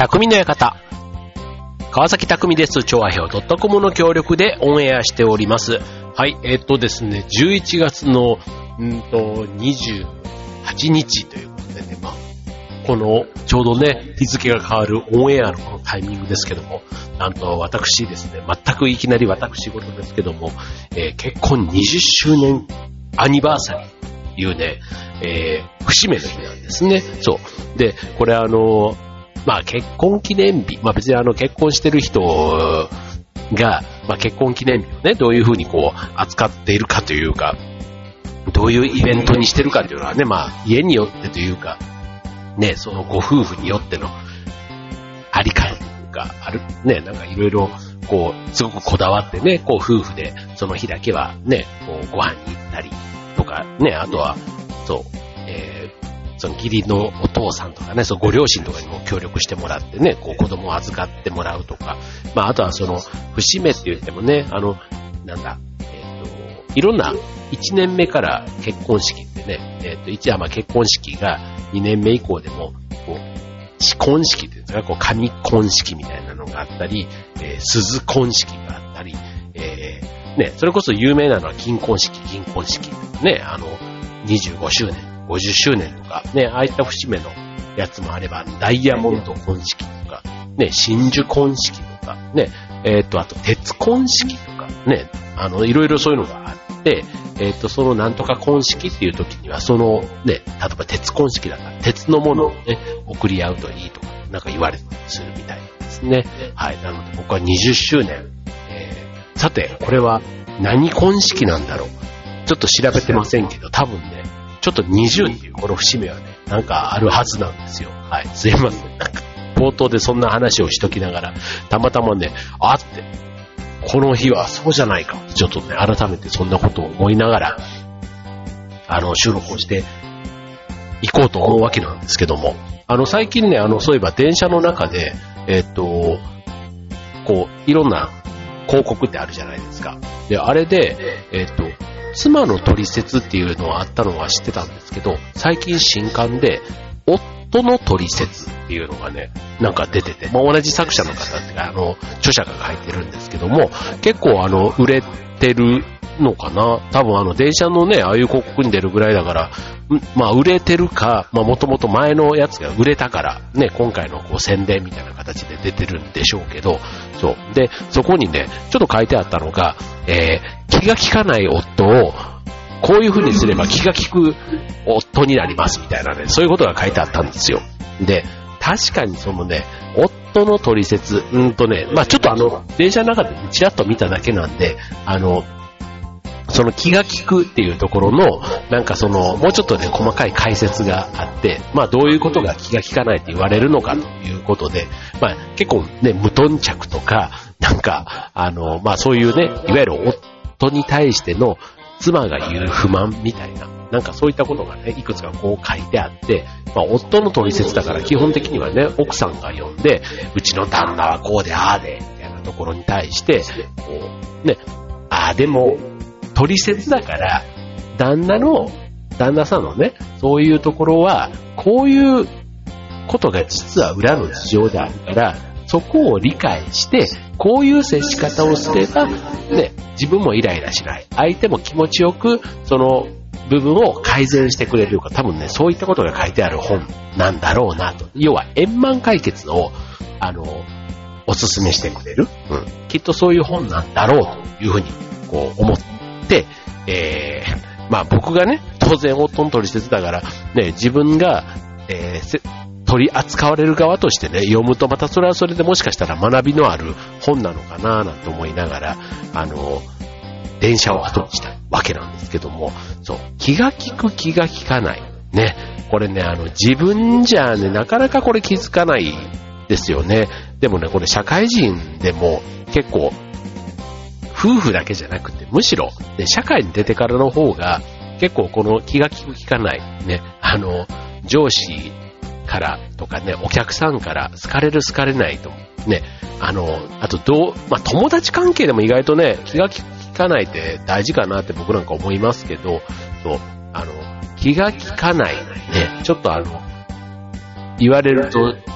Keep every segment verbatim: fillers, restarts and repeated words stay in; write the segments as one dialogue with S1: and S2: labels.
S1: 匠の館。川崎匠です。調和表 .com の協力でオンエアしております。はい、えー、っとですね、じゅういちがつのんとにじゅうはちにちということでね、まあ、このちょうどね、日付が変わるオンエアのこのタイミングですけども、なんと私ですね、全くいきなり私事ですけども、えー、結婚にじゅっしゅうねんアニバーサリーというね、えー、節目の日なんですね。そう。で、これあの、まあ結婚記念日、まあ別にあの結婚してる人が、まあ結婚記念日をね、どういうふうにこう扱っているかというか、どういうイベントにしてるかというのはね、まあ家によってというか、ね、そのご夫婦によってのあり方というか、ある、ね、なんかいろいろこう、すごくこだわってね、こう夫婦でその日だけはね、こうご飯に行ったりとかね、あとは、そう、えーその義理のお父さんとかね、そのご両親とかにも協力してもらってね、こう子供を預かってもらうとか、まああとはその節目って言ってもね、あのなんだ、えっといろんないちねんめから結婚式ってね、えっと一応まあ結婚式がにねんめ以降でもこう試婚式っていうんですか、こう紙婚式みたいなのがあったり、えー、鈴婚式があったり、えー、ね、それこそ有名なのは金婚式、銀婚式ね、あのにじゅうごしゅうねん。ごじゅっしゅうねんとか、ね、ああいった節目のやつもあれば、ダイヤモンド婚式とか、ね、真珠婚式とか、ね、えっと、あと、鉄婚式とか、ね、あの、いろいろそういうのがあって、えっと、そのなんとか婚式っていう時には、その、ね、例えば鉄婚式だから、鉄のものをね、送り合うといいとか、なんか言われたりするみたいですね。はい。なので、僕はにじゅっしゅうねん。えー、さて、これは何婚式なんだろう。ちょっと調べてませんけど、多分ね、ちょっとにじゅうっていうこの節目はね、なんかあるはずなんですよ。はい。すいません。なんか、冒頭でそんな話をしときながら、たまたまね、あって、この日はそうじゃないか。ちょっとね、改めてそんなことを思いながら、あの、収録をしていこうと思うわけなんですけども、あの、最近ね、あの、そういえば電車の中で、えっと、こう、いろんな広告ってあるじゃないですか。で、あれで、えっと、妻のトリセツっていうのはあったのは知ってたんですけど、最近新刊で夫のトリセツっていうのがね、なんか出てて、まあ、同じ作者の方ってあの著者が書いてるんですけども、結構あの売れてるのかな。多分あの電車のね、ああいう広告に出るぐらいだから、まあ売れてるか、まあもともと前のやつが売れたからね、今回のこう宣伝みたいな形で出てるんでしょうけど、そうでそこにね、ちょっと書いてあったのが、えー、気が利かない夫をこういう風にすれば気が利く夫になりますみたいなね、そういうことが書いてあったんですよ。で、確かにそのね、夫のトリセツ、うんとね、まあちょっとあの電車の中でちらっと見ただけなんで、あのその気が利くっていうところの、なんかその、もうちょっとね、細かい解説があって、まあどういうことが気が利かないって言われるのかということで、まあ結構ね、無頓着とか、なんか、あの、まあそういうね、いわゆる夫に対しての妻が言う不満みたいな、なんかそういったことがね、いくつかこう書いてあって、まあ夫のトリセツだから基本的にはね、奥さんが読んで、うちの旦那はこうでああで、みたいなところに対して、こう、ね、ああでも、トリセツだから、旦那の、旦那さんのね、そういうところは、こういうことが実は裏の事情であるから、そこを理解して、こういう接し方をすれば、ね、自分もイライラしない。相手も気持ちよく、その部分を改善してくれるか、多分ね、そういったことが書いてある本なんだろうなと。要は、円満解決を、あの、おすすめしてくれる。うん。きっとそういう本なんだろうというふうに、こう、思って、で、えー、まあ僕がね、当然夫のトリセツだから、ね、自分が、えー、取り扱われる側としてね、読むとまたそれはそれでもしかしたら学びのある本なのかななんて思いながら、あの、電車を後にしたわけなんですけども、そう、気が利く気が利かない。ね、これね、あの、自分じゃね、なかなかこれ気づかないですよね。でもね、これ社会人でも結構、夫婦だけじゃなくて、むしろ、ね、社会に出てからの方が、結構この気が利く利かない、ね、あの、上司からとかね、お客さんから好かれる好かれないと、ね、あの、あとどう、まあ、友達関係でも意外とね、気が利かないって大事かなって僕なんか思いますけど、そう、あの、気が利かない、ね、ちょっとあの、言われると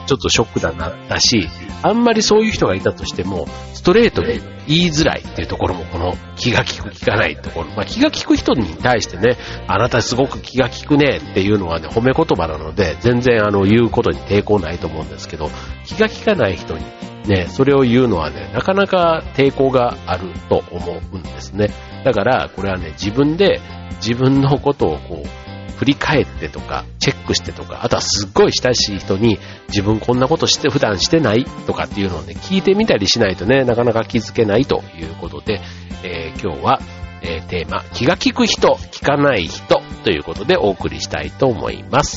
S1: ちょっとショックだな、だし、あんまりそういう人がいたとしても、ストレートに言いづらいっていうところも、この気が利く利かないところ。まあ、気が利く人に対してね、あなたすごく気が利くねっていうのはね、褒め言葉なので、全然あの、言うことに抵抗ないと思うんですけど、気が利かない人にね、それを言うのはね、なかなか抵抗があると思うんですね。だから、これはね、自分で自分のことをこう、振り返ってとか、チェックしてとか、あとはすっごい親しい人に自分こんなことして普段してないとかっていうのをね、聞いてみたりしないとね、なかなか気づけないということで、えー、今日は、えー、テーマ、気が利く人、利かない人ということでお送りしたいと思います。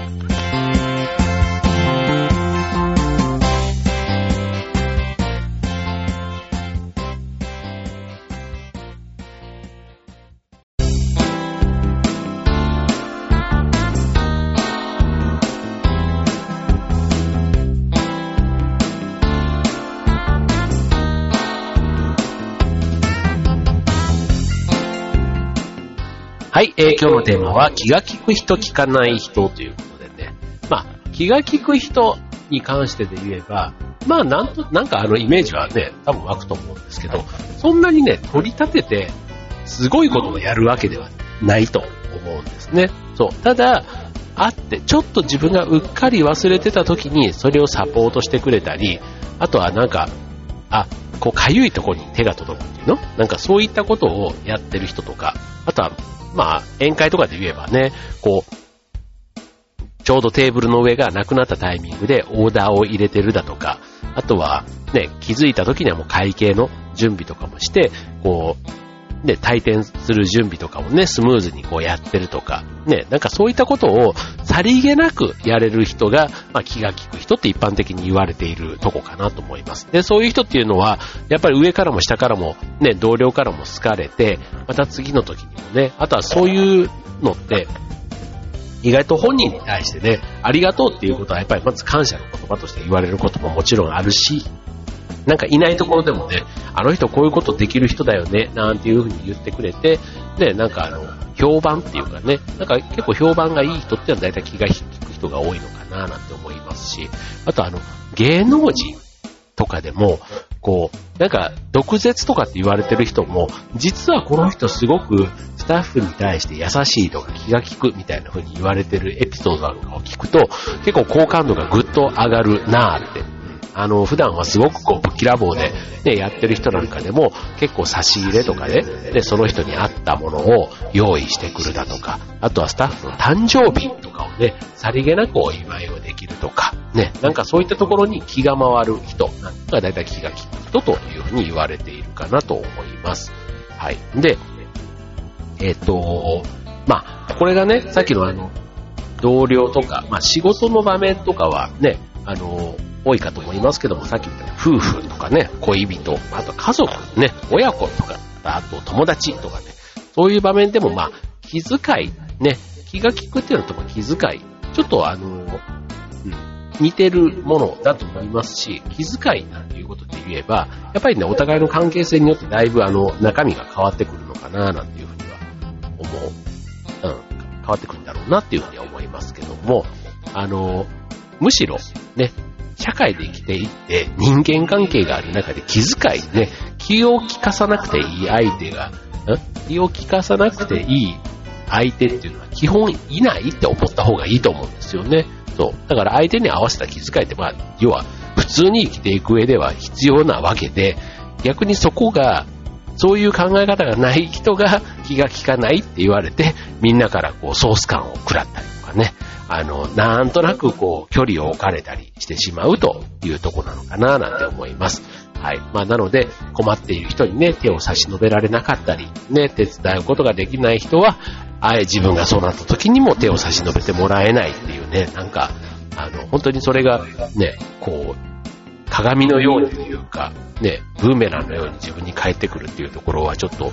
S1: はい、えー、今日のテーマは気が利く人、利かない人ということでね。まあ、気が利く人に関してで言えば、まあ、なんと、なんかあのイメージはね、多分湧くと思うんですけど、そんなにね、取り立てて、すごいことをやるわけではないと思うんですね。そう。ただ、あって、ちょっと自分がうっかり忘れてた時に、それをサポートしてくれたり、あとはなんか、あ、こう、かゆいところに手が届くっていうの？なんかそういったことをやってる人とか、あとは、まあ、宴会とかで言えばね、こう、ちょうどテーブルの上がなくなったタイミングでオーダーを入れてるだとか、あとはね、気づいた時にはもう会計の準備とかもして、こう、ね、退店する準備とかもね、スムーズにこうやってるとか、ね、なんかそういったことをさりげなくやれる人が、まあ気が利く人って一般的に言われているとこかなと思います。で、そういう人っていうのは、やっぱり上からも下からも、ね、同僚からも好かれて、また次の時にもね、あとはそういうのって、意外と本人に対してね、ありがとうっていうことはやっぱりまず感謝の言葉として言われることももちろんあるし、なんかいないところでもね、あの人こういうことできる人だよね、なんていうふうに言ってくれて、で、なんかあの、評判っていうかね、なんか結構評判がいい人ってのは大体気が利く人が多いのかななんて思いますし、あとあの、芸能人とかでも、こう、なんか毒舌とかって言われてる人も、実はこの人すごくスタッフに対して優しいとか気が利くみたいな風に言われてるエピソードなんかを聞くと、結構好感度がぐっと上がるなーって。あの、普段はすごくこう、ぶっきらぼうで、ね、やってる人なんかでも、結構差し入れとかで、で、その人に合ったものを用意してくるだとか、あとはスタッフの誕生日とかをね、さりげなくお祝いをできるとか、ね、なんかそういったところに気が回る人なんかがだいたい気が利く人というふうに言われているかなと思います。はい。で、えっと、まあ、これがね、さっきのあの、同僚とか、まあ仕事の場面とかはね、あの、多いかと思いますけども、さっき言った夫婦とかね、恋人、あと家族ね、親子とか、あと友達とかね、そういう場面でもまあ、気遣い、ね、気が利くっていうのとも気遣い、ちょっとあの、うん、似てるものだと思いますし、気遣いなんていうことで言えば、やっぱりね、お互いの関係性によってだいぶあの、中身が変わってくるのかな、なんていうふうには思う。うん、変わってくるんだろうなっていうふうには思いますけども、あの、むしろ、ね、社会で生きていって人間関係がある中で気遣いね、気を利かさなくていい相手が、気を利かさなくていい相手っていうのは基本いないって思った方がいいと思うんですよね。そう。だから相手に合わせた気遣いってまあ、要は普通に生きていく上では必要なわけで、逆にそこが、そういう考え方がない人が気が利かないって言われて、みんなからこうソース感を食らったりとかね。あの、なんとなくこう、距離を置かれたりしてしまうというところなのかななんて思います。はい。まあ、なので、困っている人にね、手を差し伸べられなかったり、ね、手伝うことができない人は、あえ自分がそうなった時にも手を差し伸べてもらえないっていうね、なんか、あの、本当にそれがね、こう、鏡のようにというか、ね、ブーメランのように自分に返ってくるっていうところはちょっと、うん、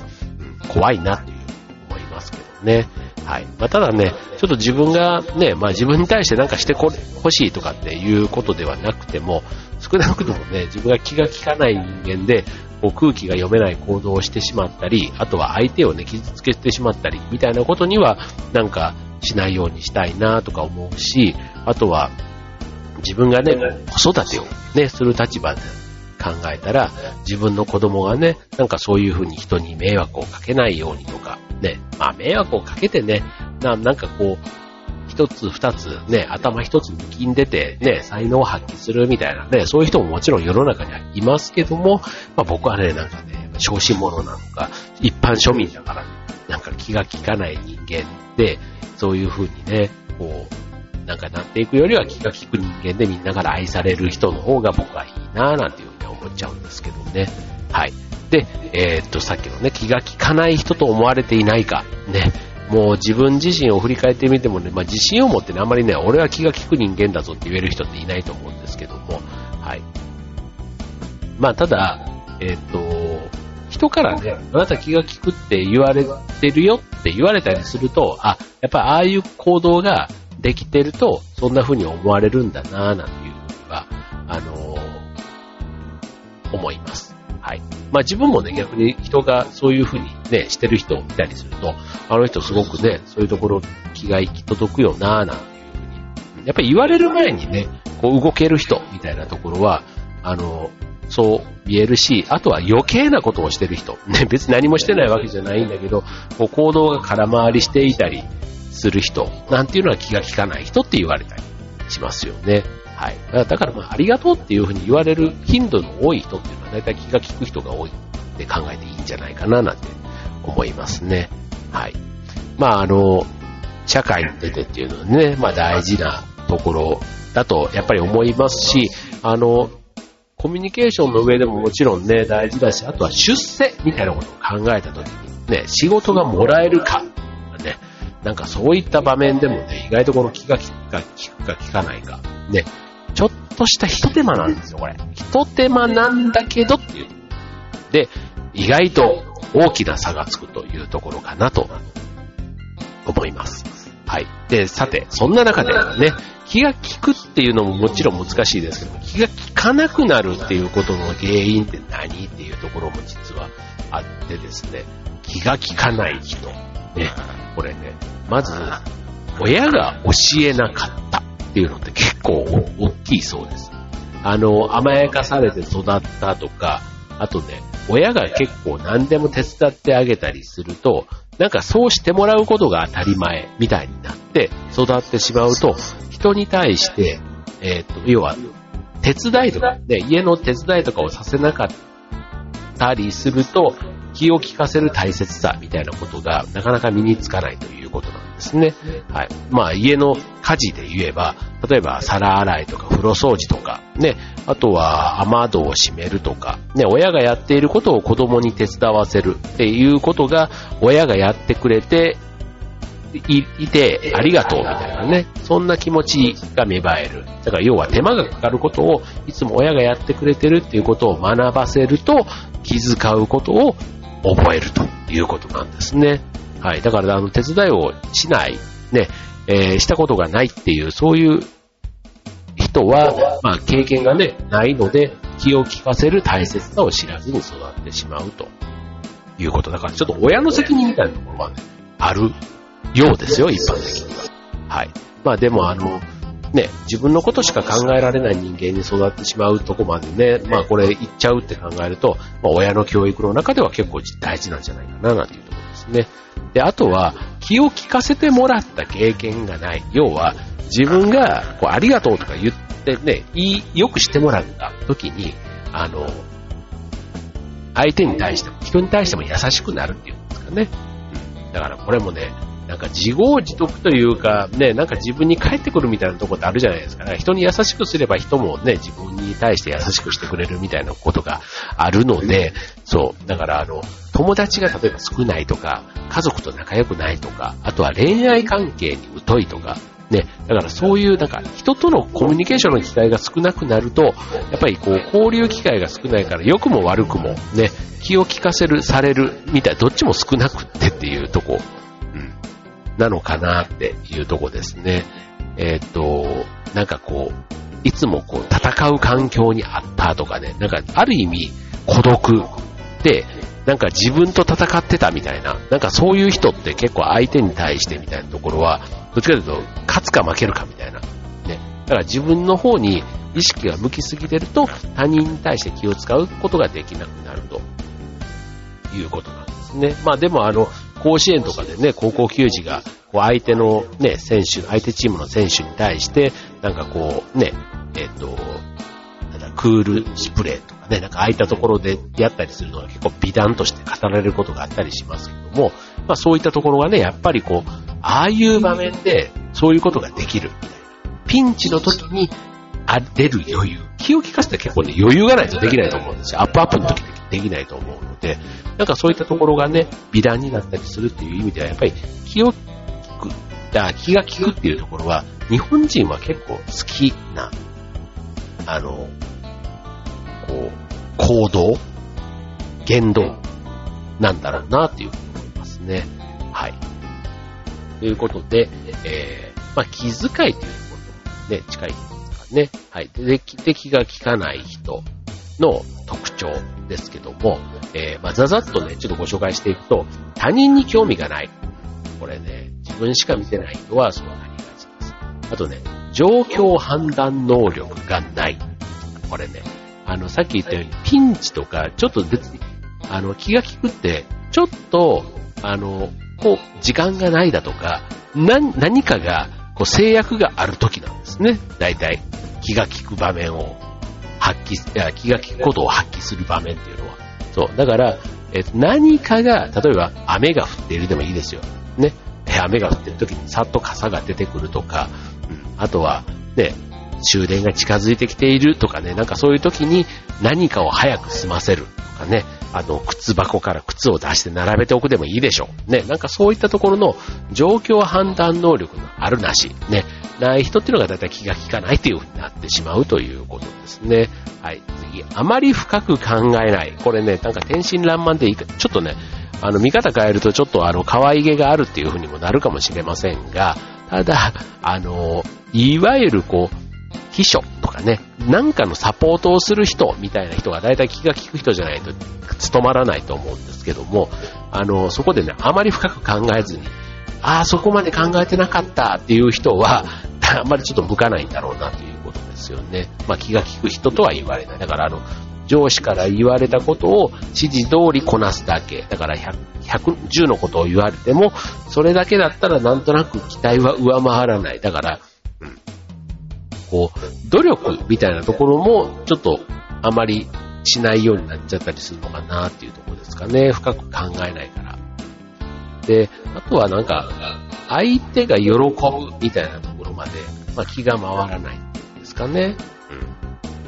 S1: 怖いなっていう思いますけどね。はい。まあ、ただね、ちょっと自分がね、まあ自分に対してなんかしてほしいとかっていうことではなくても、少なくともね、自分が気が利かない人間で、こう空気が読めない行動をしてしまったり、あとは相手をね、傷つけてしまったり、みたいなことには、なんかしないようにしたいなとか思うし、あとは、 自分がね、子育てをね、する立場で考えたら、自分の子供がね、なんかそういうふうに人に迷惑をかけないようにとか、ね、まあ迷惑をかけてね、な、なんかこう、一つ二つね、頭一つ抜きんでてね、才能を発揮するみたいなね、そういう人ももちろん世の中にはいますけども、まあ僕はね、なんかね、小心者なのか、一般庶民だから、なんか気が利かない人間で、そういう風にね、こう、なんかなっていくよりは気が利く人間でみんなから愛される人の方が僕はいいなぁなんていう風に思っちゃうんですけどね。はい。で、えー、っと、さっきのね、気が利かない人と思われていないか、ね、もう自分自身を振り返ってみてもね、まあ自信を持ってね、あんまりね、俺は気が利く人間だぞって言える人っていないと思うんですけども、はい。まあただ、えー、っと、人からね、あなた気が利くって言われてるよって言われたりすると、あ、やっぱりああいう行動ができてると、そんな風に思われるんだなぁなんていうふうには、あのー、思います。はい。まあ自分もね、逆に人がそういう風にね、してる人を見たりすると、あの人すごくね、そういうところ気が行き届くよなぁなんていう風に、やっぱり言われる前にね、こう動ける人みたいなところは、あの、そう見えるし、あとは余計なことをしてる人、ね、別に何もしてないわけじゃないんだけど、こう行動が空回りしていたりする人、なんていうのは気が利かない人って言われたりしますよね。はい。だからまあ、ありがとうっていうふうに言われる頻度の多い人っていうのは、だいたい気が利く人が多いって考えていいんじゃないかななんて思いますね。はい。まあ、あの、社会に出てっていうのはね、まあ大事なところだとやっぱり思いますし、あの、コミュニケーションの上でももちろんね、大事だし、あとは出世みたいなことを考えたときにね、仕事がもらえるか、ね、なんかそういった場面でもね、意外とこの気が利くか利くか利かないか、ね、ちょっとした一手間なんですよ、これ。一手間なんだけどっていう。で、意外と大きな差がつくというところかなと思います。はい。で、さて、そんな中でね、気が利くっていうのももちろん難しいですけども、気が利かなくなるっていうことの原因って何っていうところも実はあってですね、気が利かない人。ね、これね、まず、親が教えなかったっていうのって結構大きいそうです。あの、甘やかされて育ったとか、あとね、親が結構何でも手伝ってあげたりすると、なんかそうしてもらうことが当たり前みたいになって育ってしまうと、人に対して、えっと、要は、手伝いとか、ね、家の手伝いとかをさせなかったりすると、気を利かせる大切さみたいなことがなかなか身につかないということなんですね。はい。まあ家の家事で言えば、例えば皿洗いとか風呂掃除とか、ね、あとは雨戸を閉めるとか、ね、親がやっていることを子供に手伝わせるっていうことが、親がやってくれてい, いてありがとうみたいなね、そんな気持ちが芽生える。だから要は手間がかかることをいつも親がやってくれてるっていうことを学ばせると、気遣うことを覚えるということなんですね。はい。だからあの手伝いをしない、ね、えー、したことがないっていう、そういう人は、まあ経験がね、ないので、気を利かせる大切さを知らずに育ってしまうということだから、ちょっと親の責任みたいなところはね、あるようですよ、一般的には。はい。まあでもあの、ね、自分のことしか考えられない人間に育ってしまうとこまでね、まあこれ言っちゃうって考えると、まあ親の教育の中では結構大事なんじゃないかな、なんていうところですね。で、あとは、気を利かせてもらった経験がない。要は、自分がこうありがとうとか言ってね、いい、よくしてもらった時に、あの、相手に対しても、人に対しても優しくなるっていうんですかね。うん、だからこれもね、なんか自業自得というかね、なんか自分に返ってくるみたいなところってあるじゃないですか。人に優しくすれば人もね、自分に対して優しくしてくれるみたいなことがあるので、そう。だからあの、友達が例えば少ないとか、家族と仲良くないとか、あとは恋愛関係に疎いとか、ね、だからそういうなんか人とのコミュニケーションの機会が少なくなると、やっぱりこう交流機会が少ないから良くも悪くもね、気を利かせる、されるみたいな、どっちも少なくってっていうとこ、うん、なのかなっていうとこですね。えっと、なんかこう、いつもこう戦う環境にあったとかね、なんかある意味孤独で、なんか自分と戦ってたみたいな、なんかそういう人って結構相手に対してみたいなところは、どっちかというと勝つか負けるかみたいな、ね、 だから自分の方に意識が向きすぎてると他人に対して気を使うことができなくなるということなんですね。まあでもあの甲子園とかでね、高校球児がこう相手のね選手、相手チームの選手に対してなんかこうね、えっとなんだクールスプレーとかね、なんか空いたところでやったりするのが結構美談として語られることがあったりしますけども、まあそういったところがね、やっぱりこうああいう場面でそういうことができるみたいな。ピンチの時に出る余裕。気を利かせて結構ね、余裕がないとできないと思うんですよ。アップアップの時でできないと思うので、なんかそういったところがね、美談になったりするっていう意味では、やっぱり気を利く、気が利くっていうところは、日本人は結構好きな、あの、こう、行動、言動なんだろうなっていうふうに思いますね。はい。ということで、えー、まあ気遣いということね、近いですかね。はい。で、で気が利かない人の特徴ですけども、えー、まあざざっとね、ちょっとご紹介していくと、他人に興味がない。これね、自分しか見てない人はそうなりがちです。あとね、状況判断能力がない。これね、あの、さっき言ったように、ピンチとか、ちょっと別に、あの、気が利くって、ちょっと、あの、こう、時間がないだとか、な、何かが、こう、制約がある時なんですね。大体、気が利く場面を発揮、いや、気が利くことを発揮する場面っていうのは。そう。だから、えっと、何かが、例えば、雨が降っているでもいいですよ。ね。雨が降っている時にさっと傘が出てくるとか、うん、あとは、ね、終電が近づいてきているとかね、なんかそういう時に何かを早く済ませるとかね、あの、靴箱から靴を出して並べておくでもいいでしょう。ね、なんかそういったところの状況判断能力のあるなし、ね、ない人っていうのがだいたい気が利かないっていう風になってしまうということですね。はい、次、あまり深く考えない。これね、なんか天真爛漫でいいか、ちょっとね、あの、見方変えるとちょっとあの、可愛げがあるっていう風にもなるかもしれませんが、ただ、あの、いわゆるこう、秘書とかね、なんかのサポートをする人みたいな人がだいたい気が利く人じゃないと務まらないと思うんですけども、あの、そこでね、あまり深く考えずに、ああ、そこまで考えてなかったっていう人は、あんまりちょっと向かないんだろうなということですよね。まあ気が利く人とは言われない。だからあの、上司から言われたことを指示通りこなすだけ。だからひゃく、ひゃくじゅうのことを言われても、それだけだったらなんとなく期待は上回らない。だから、うん、こう、努力みたいなところもちょっとあまりしないようになっちゃったりするのかなっていうところですかね。深く考えないから。で、あとはなんか、相手が喜ぶみたいなところまで、まあ、気が回らないですかね。うん。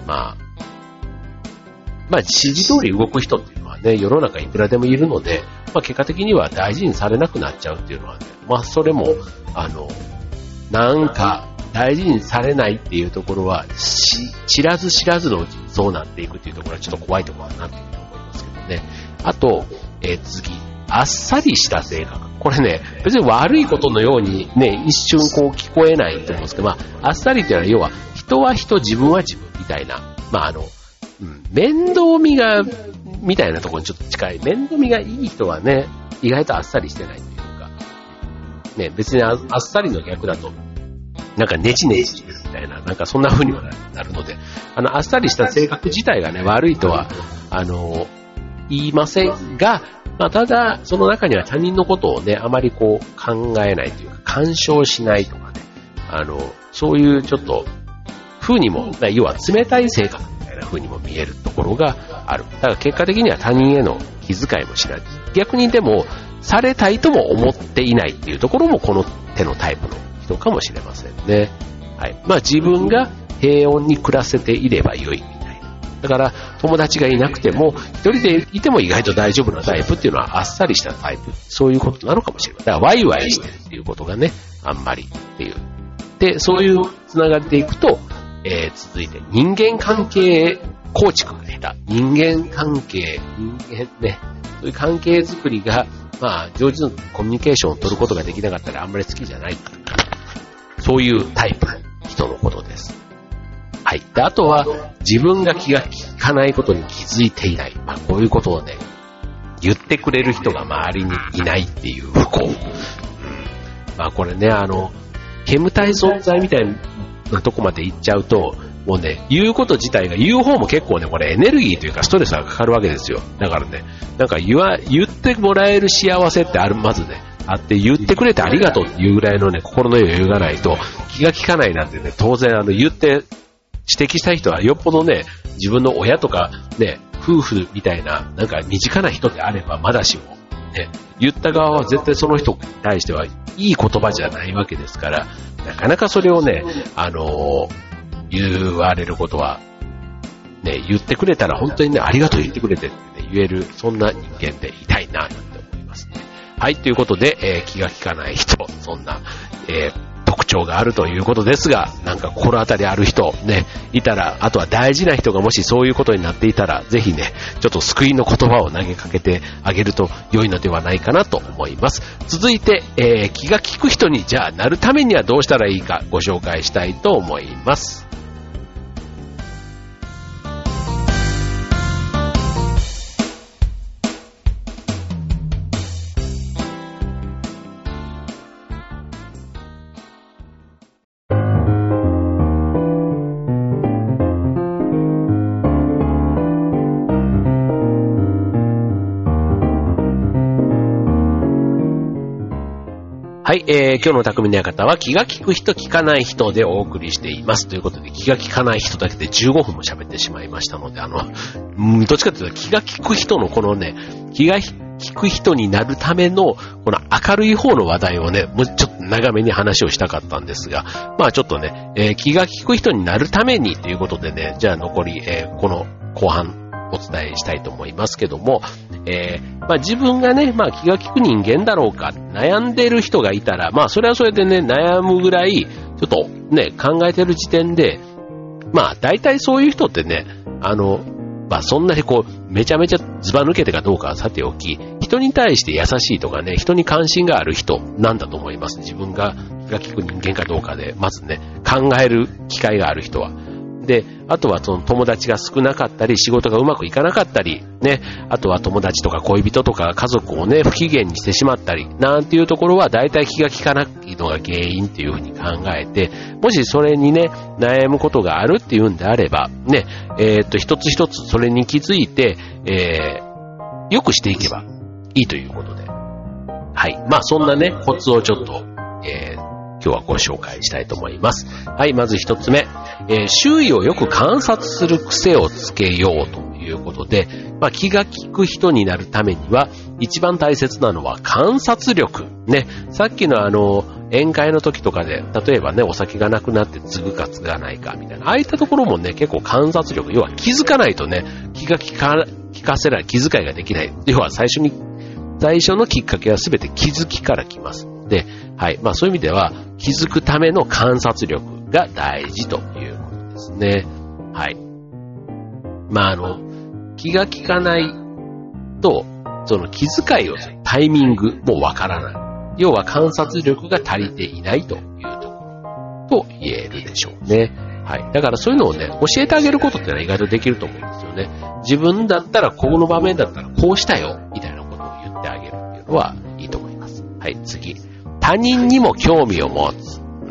S1: まあ、まあ、指示通り動く人っていうのはね、世の中いくらでもいるので、まあ、結果的には大事にされなくなっちゃうっていうのはね、まあ、それも、あの、なんか、大事にされないっていうところは、し、知らず知らずのうちにそうなっていくっていうところはちょっと怖いところだなっていうふうに思いますけどね。あと、えー、次、あっさりした性格。これね、別に悪いことのようにね、一瞬こう聞こえないと思うんですけど、まあ、あっさりっていうのは要は、人は人、自分は自分みたいな、まああの、うん、面倒見が、みたいなところにちょっと近い。面倒見がいい人はね、意外とあっさりしてないというか、ね、別に あ, あっさりの逆だと、なんかネチネチみたいな、なんかそんな風にはなるので、あの、あっさりした性格自体がね、悪いとは、あの、言いませんが、まあ、ただ、その中には他人のことをね、あまりこう考えないというか、干渉しないとかね、あの、そういうちょっと、風にも、要は冷たい性格みたいな風にも見えるところがある。だから結果的には他人への気遣いもしない。逆にでも、されたいとも思っていないっていうところもこの手のタイプの人かもしれませんね。はい。まあ自分が平穏に暮らせていればよい。だから友達がいなくても一人でいても意外と大丈夫なタイプっていうのはあっさりしたタイプ、そういうことなのかもしれない。だからワイワイしてるっていうことがね、あんまりっていう。で、そういうつながりでいくと、えー、続いて人間関係構築が下手。人間関係、人間ね、そういう関係づくりが、まあ上手なコミュニケーションを取ることができなかったらあんまり好きじゃない。そういうタイプの人のことです。はい。で、あとは、自分が気が利かないことに気づいていない。まあ、こういうことをね、言ってくれる人が周りにいないっていう不幸。うん、まあ、これね、あの、煙たい存在みたいなとこまで行っちゃうと、もうね、言うこと自体が、言う方も結構ね、これエネルギーというかストレスがかかるわけですよ。だからね、なんか言わ、言ってもらえる幸せってある、まずね、あって、言ってくれてありがとうっていうぐらいのね、心の余裕がないと気が利かないなんてね、当然あの、言って、指摘した人はよっぽどね、自分の親とかね、夫婦みたいな、なんか身近な人であればまだしも、ね、言った側は絶対その人に対してはいい言葉じゃないわけですから、なかなかそれをね、あのー、言われることは、ね、言ってくれたら本当にね、ありがとう言ってくれてって、ね、言える、そんな人間でいたいな、なんて思いますね。はい、ということで、えー、気が利かない人、そんな、えー特徴があるということですが、なんか心当たりある人ね、いたら、あとは大事な人がもしそういうことになっていたら、ぜひね、ちょっと救いの言葉を投げかけてあげると良いのではないかなと思います。続いて、えー、気が利く人にじゃあなるためにはどうしたらいいかご紹介したいと思います。はい、えー、今日の匠の館は気が利く人利かない人でお送りしていますということで、気が利かない人だけでじゅうごふんも喋ってしまいましたので、あの、うん、どっちかというと気が利く人のこのね、気が利く人になるためのこの明るい方の話題をね、もうちょっと長めに話をしたかったんですが、まあちょっとね、えー、気が利く人になるためにということでね、じゃあ残り、えー、この後半お伝えしたいと思いますけども、えー、まあ自分がね、まあ気が利く人間だろうか、悩んでる人がいたら、まあそれはそれでね、悩むぐらい、ちょっとね、考えてる時点で、まあ大体そういう人ってね、あの、まあそんなにこう、めちゃめちゃズバ抜けてかどうかはさておき、人に対して優しいとかね、人に関心がある人なんだと思います。自分が気が利く人間かどうかで、まずね、考える機会がある人は。で、あとはその友達が少なかったり、仕事がうまくいかなかったり、ね、あとは友達とか恋人とか家族をね、不機嫌にしてしまったり、なんていうところは大体気が利かないのが原因っていうふうに考えて、もしそれにね、悩むことがあるっていうんであれば、ね、えー、っと、一つ一つそれに気づいて、えー、よくしていけばいいということで。はい。まあそんなね、コツをちょっと、えー今日はご紹介したいと思います。はい、まず一つ目、えー、周囲をよく観察する癖をつけようということで、まあ、気が利く人になるためには一番大切なのは観察力。ね、さっきのあの宴会の時とかで、例えばね、お酒がなくなって継ぐか継がないかみたいな、ああいったところもね、結構観察力、要は気づかないとね、気が利か、利かせない、気遣いができない。要は最初に、最初のきっかけは全て気づきから来ます。で、はい。まあそういう意味では気づくための観察力が大事ということですね。はい。まああの、気が利かないと、その気遣いをするタイミングもわからない。要は観察力が足りていないというところと言えるでしょうね。はい。だからそういうのをね、教えてあげることってのは意外とできると思うんですよね。自分だったら、この場面だったらこうしたよ、みたいなことを言ってあげるっていうのはいいと思います。はい、次。他人にも興味を持つ。うん。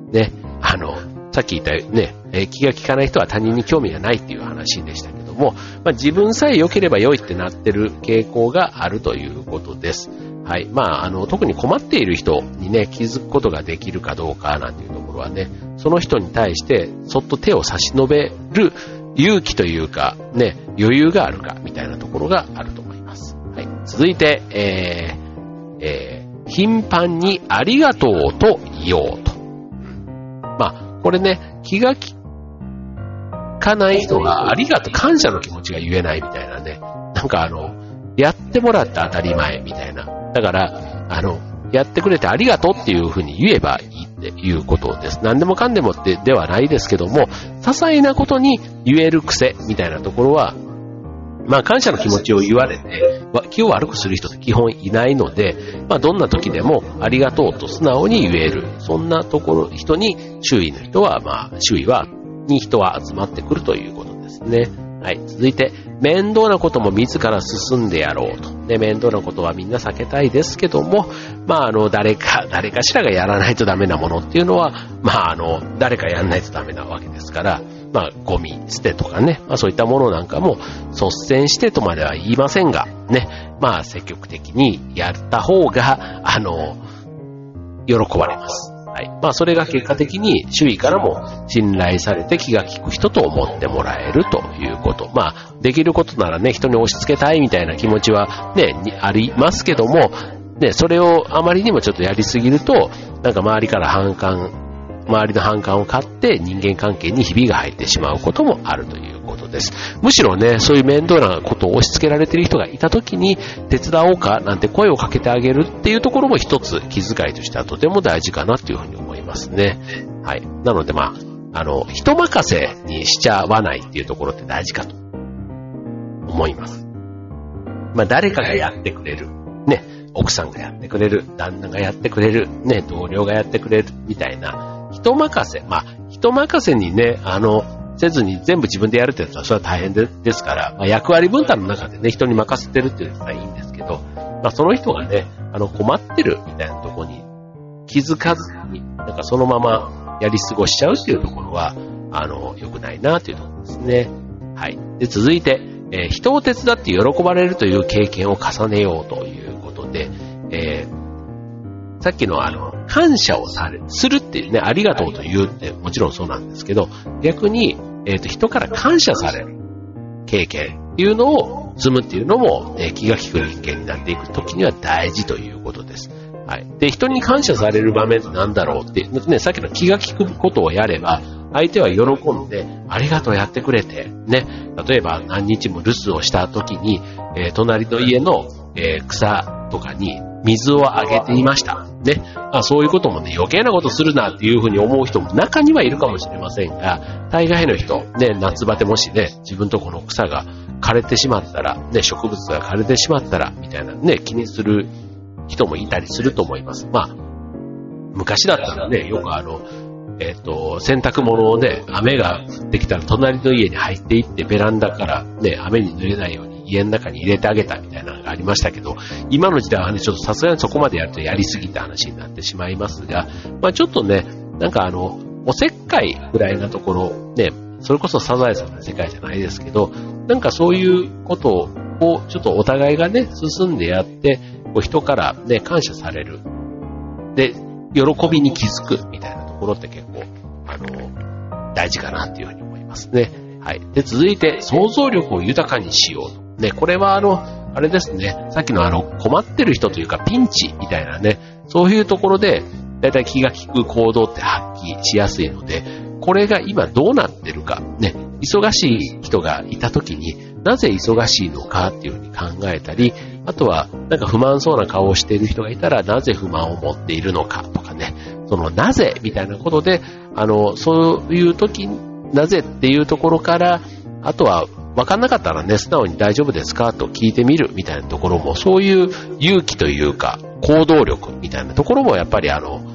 S1: ね。あの、さっき言ったね、えー、気が利かない人は他人に興味がないっていう話でしたけども、まあ、自分さえ良ければ良いってなってる傾向があるということです。はい。まあ、あの、特に困っている人にね、気づくことができるかどうかなんていうところはね、その人に対してそっと手を差し伸べる勇気というか、ね、余裕があるかみたいなところがあると思います。はい。続いて、えー、えー、頻繁にありがとうと言おうと。まあ、これね、気が利かない人がありがとう、感謝の気持ちが言えないみたいなね。なんかあの、やってもらって当たり前みたいな。だから、あの、やってくれてありがとうっていうふうに言えばいいっていうことです。何でもかんでもってではないですけども、些細なことに言える癖みたいなところは、まあ感謝の気持ちを言われて、気を悪くする人って基本いないので、まあどんな時でもありがとうと素直に言える。そんなところ、人に、周囲の人は、まあ周囲は、に人は集まってくるということですね。 はい。続いて、面倒なことも自ら進んでやろうと。ね、面倒なことはみんな避けたいですけども、まあ、あの、誰か、誰かしらがやらないとダメなものっていうのは、まあ、あの、誰かやらないとダメなわけですから、まあ、ゴミ捨てとかね、まあそういったものなんかも率先してとまでは言いませんが、ね、まあ積極的にやった方が、あの、喜ばれます。はい。まあそれが結果的に周囲からも信頼されて気が利く人と思ってもらえるということ。まあできることならね、人に押し付けたいみたいな気持ちはね、ありますけども、ね、それをあまりにもちょっとやりすぎると、なんか周りから反感、周りの反感を買って人間関係にひびが入ってしまうこともあるということです。むしろね、そういう面倒なことを押し付けられている人がいたときに手伝おうかなんて声をかけてあげるっていうところも一つ気遣いとしてはとても大事かなというふうに思いますね。はい。なのでまあ、あの、人任せにしちゃわないっていうところって大事かと思います。まあ誰かがやってくれる。ね。奥さんがやってくれる。旦那がやってくれる。ね。同僚がやってくれる。みたいな。人任せ。まあ、人任せにね、あの、せずに全部自分でやるってやつはそれは大変でですから、まあ、役割分担の中でね、人に任せてるっていうのはいいんですけど、まあ、その人がね、あの、困ってるみたいなところに気づかずに、なんかそのままやり過ごしちゃうっていうところは、あの、良くないなというところですね。はい。で、続いて、えー、人を手伝って喜ばれるという経験を重ねようということで、えーさっきのあの、感謝をされ、するっていうね、ありがとうと言うってもちろんそうなんですけど、逆に、えっと、人から感謝される経験っていうのを積むっていうのも、えー、気が利く人間になっていくときには大事ということです。はい。で、人に感謝される場面ってなんだろうって、ね、さっきの気が利くことをやれば、相手は喜んで、ありがとうやってくれて、ね、例えば何日も留守をしたときに、えー、隣の家の、えー、草とかに、水をあげていました。ね。まあ、そういうこともね、余計なことするなっていうふうに思う人も中にはいるかもしれませんが、大概の人、ね、夏バテもしね、自分とこの草が枯れてしまったら、ね、植物が枯れてしまったら、みたいなね、気にする人もいたりすると思います。まあ、昔だったらね、よくあの、えっと、洗濯物をね、雨が降ってきたら隣の家に入っていってベランダからね、雨に濡れないように家の中に入れてあげたみたいなのがありましたけど、今の時代はね、ちょっとさすがにそこまでやるとやりすぎた話になってしまいますが、まあちょっとね、なんかあの、おせっかいぐらいなところ、ね、それこそサザエさんの世界じゃないですけど、なんかそういうことをちょっとお互いがね、進んでやって、こう人からね、感謝される。で、喜びに気づくみたいなところって結構、あの、大事かなっていうふうに思いますね。はい。で、続いて、想像力を豊かにしようと。ね、これはあの、あれですね、さっきのあの、困ってる人というかピンチみたいなね、そういうところで、だいたい気が利く行動って発揮しやすいので、これが今どうなってるか、ね、忙しい人がいた時になぜ忙しいのかっていうふうに考えたり、あとはなんか不満そうな顔をしている人がいたらなぜ不満を持っているのかとかね、そのなぜみたいなことで、あの、そういう時になぜっていうところから、あとは分かんなかったらね、素直に大丈夫ですかと聞いてみるみたいなところも、そういう勇気というか行動力みたいなところもやっぱりあの、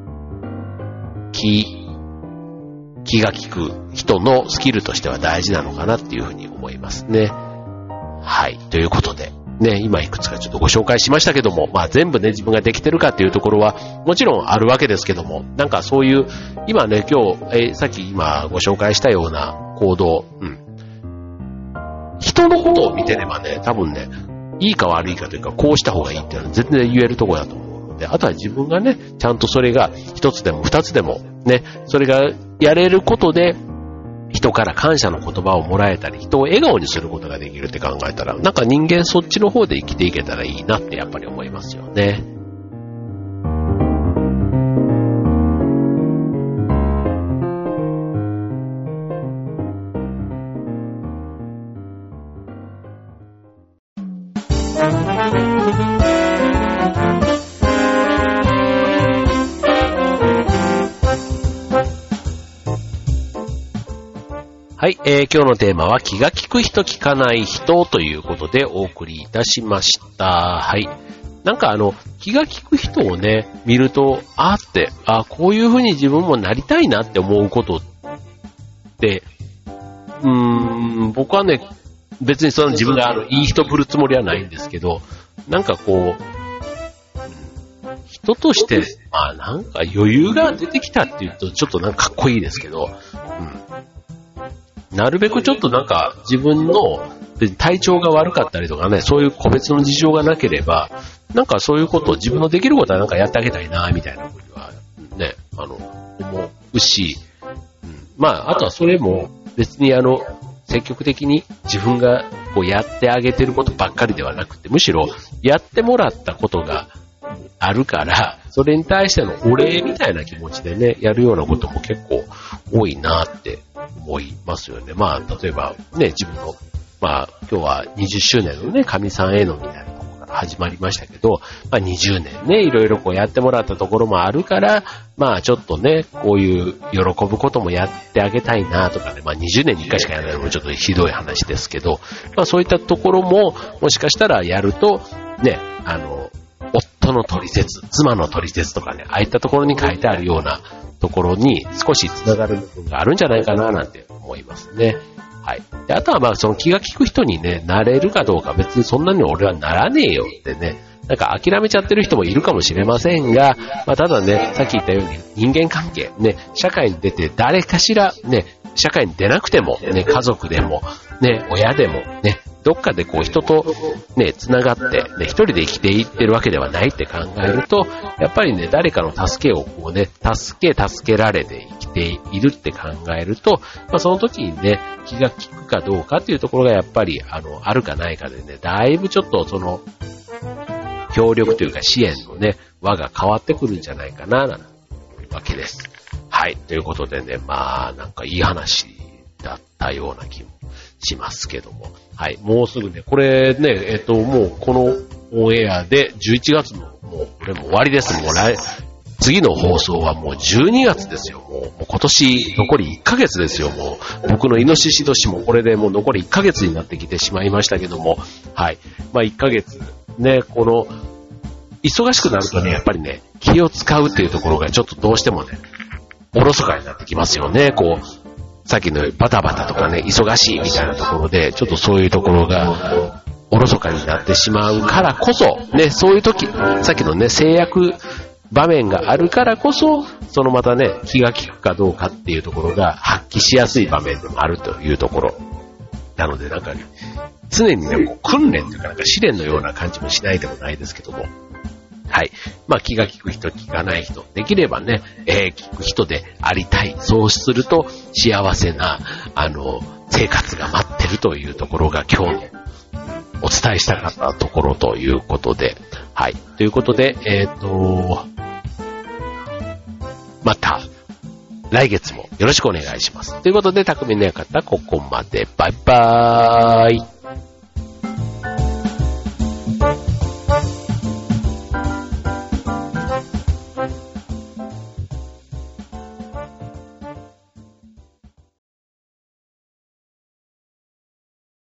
S1: 気、気が利く人のスキルとしては大事なのかなっていうふうに思いますね。はい。ということで、ね、今いくつかちょっとご紹介しましたけども、まあ全部ね、自分ができてるかっていうところはもちろんあるわけですけども、なんかそういう、今ね、今日、えー、さっき今ご紹介したような行動、うん。人のことを見てればね、多分ね、いいか悪いかというか、こうした方がいいっていうのは全然言えるところだと思うので、あとは自分がね、ちゃんとそれが一つでも二つでも、ね、それがやれることで、人から感謝の言葉をもらえたり、人を笑顔にすることができるって考えたら、なんか人間そっちの方で生きていけたらいいなってやっぱり思いますよね。はい、えー、今日のテーマは気が利く人利かない人ということでお送りいたしました。はい。なんかあの、気が利く人をね、見ると、あーって、あ、こういう風に自分もなりたいなって思うことって、 うーん、僕はね、別にその自分があの、いい人ぶるつもりはないんですけど、なんかこう、人として、まあなんか余裕が出てきたっていうとちょっとなんかかっこいいですけど、うん、なるべくちょっとなんか自分の体調が悪かったりとかね、そういう個別の事情がなければ、なんかそういうことを自分のできることはなんかやってあげたいな、みたいなふうにはね、あの、思うし、うん、まああとはそれも別にあの、積極的に自分がこうやってあげてることばっかりではなくて、むしろやってもらったことがあるから、それに対してのお礼みたいな気持ちでね、やるようなことも結構多いなって思いますよね。まあ、例えばね、自分の、まあ、今日はにじゅっしゅうねんのね、神さんへのみたいなところから始まりましたけど、まあにじゅうねんね、いろいろこうやってもらったところもあるから、まあちょっとね、こういう喜ぶこともやってあげたいなとかね、まあにじゅうねんにいっかいしかやらないのもちょっとひどい話ですけど、まあそういったところも、もしかしたらやると、ね、あの、夫の取説、妻の取説とかね、ああいったところに書いてあるようなところに少しつながる部分があるんじゃないかななんて思いますね。はい。で、あとはまあその気が利く人にね、なれるかどうか別にそんなに俺はならねえよってね、なんか諦めちゃってる人もいるかもしれませんが、まあただね、さっき言ったように人間関係、ね、社会に出て誰かしらね、社会に出なくても、ね、家族でも、ね、親でも、ね、どっかでこう人とね、つながって、ね、一人で生きていってるわけではないって考えると、やっぱりね、誰かの助けをこうね、助け、助けられて生きているって考えると、まあその時にね、気が利くかどうかっていうところがやっぱり、あの、あるかないかでね、だいぶちょっとその、協力というか支援のね、輪が変わってくるんじゃないかな、なんていうわけです。はい。ということでね、まあ、なんかいい話だったような気もしますけども。はい。もうすぐね、これね、えっと、もうこのオンエアでじゅういちがつの、もう、これも終わりです。もう来、次の放送はもうじゅうにがつですよ。もう、もう今年残りいっかげつですよ。もう、僕のイノシシ年もこれでもう残りいっかげつになってきてしまいましたけども。はい。まあいっかげつ、ね、この、忙しくなるとね、やっぱりね、気を使うっていうところがちょっとどうしてもね、おろそかになってきますよね。こう、さっきのバタバタとかね、忙しいみたいなところで、ちょっとそういうところが、おろそかになってしまうからこそ、ね、そういう時、さっきのね、制約場面があるからこそ、そのまたね、気が利くかどうかっていうところが発揮しやすい場面でもあるというところ。なのでなんか、ね、常にね、こう訓練というかなんか試練のような感じもしないでもないですけども、はい。まあ気が利く人、利かない人、できればね、えー、利く人でありたい。そうすると幸せな、あの、生活が待ってるというところが今日のお伝えしたかったところということで、はい。ということで、えっと、また、来月もよろしくお願いします。ということで、匠の館ここまで。バイバーイ。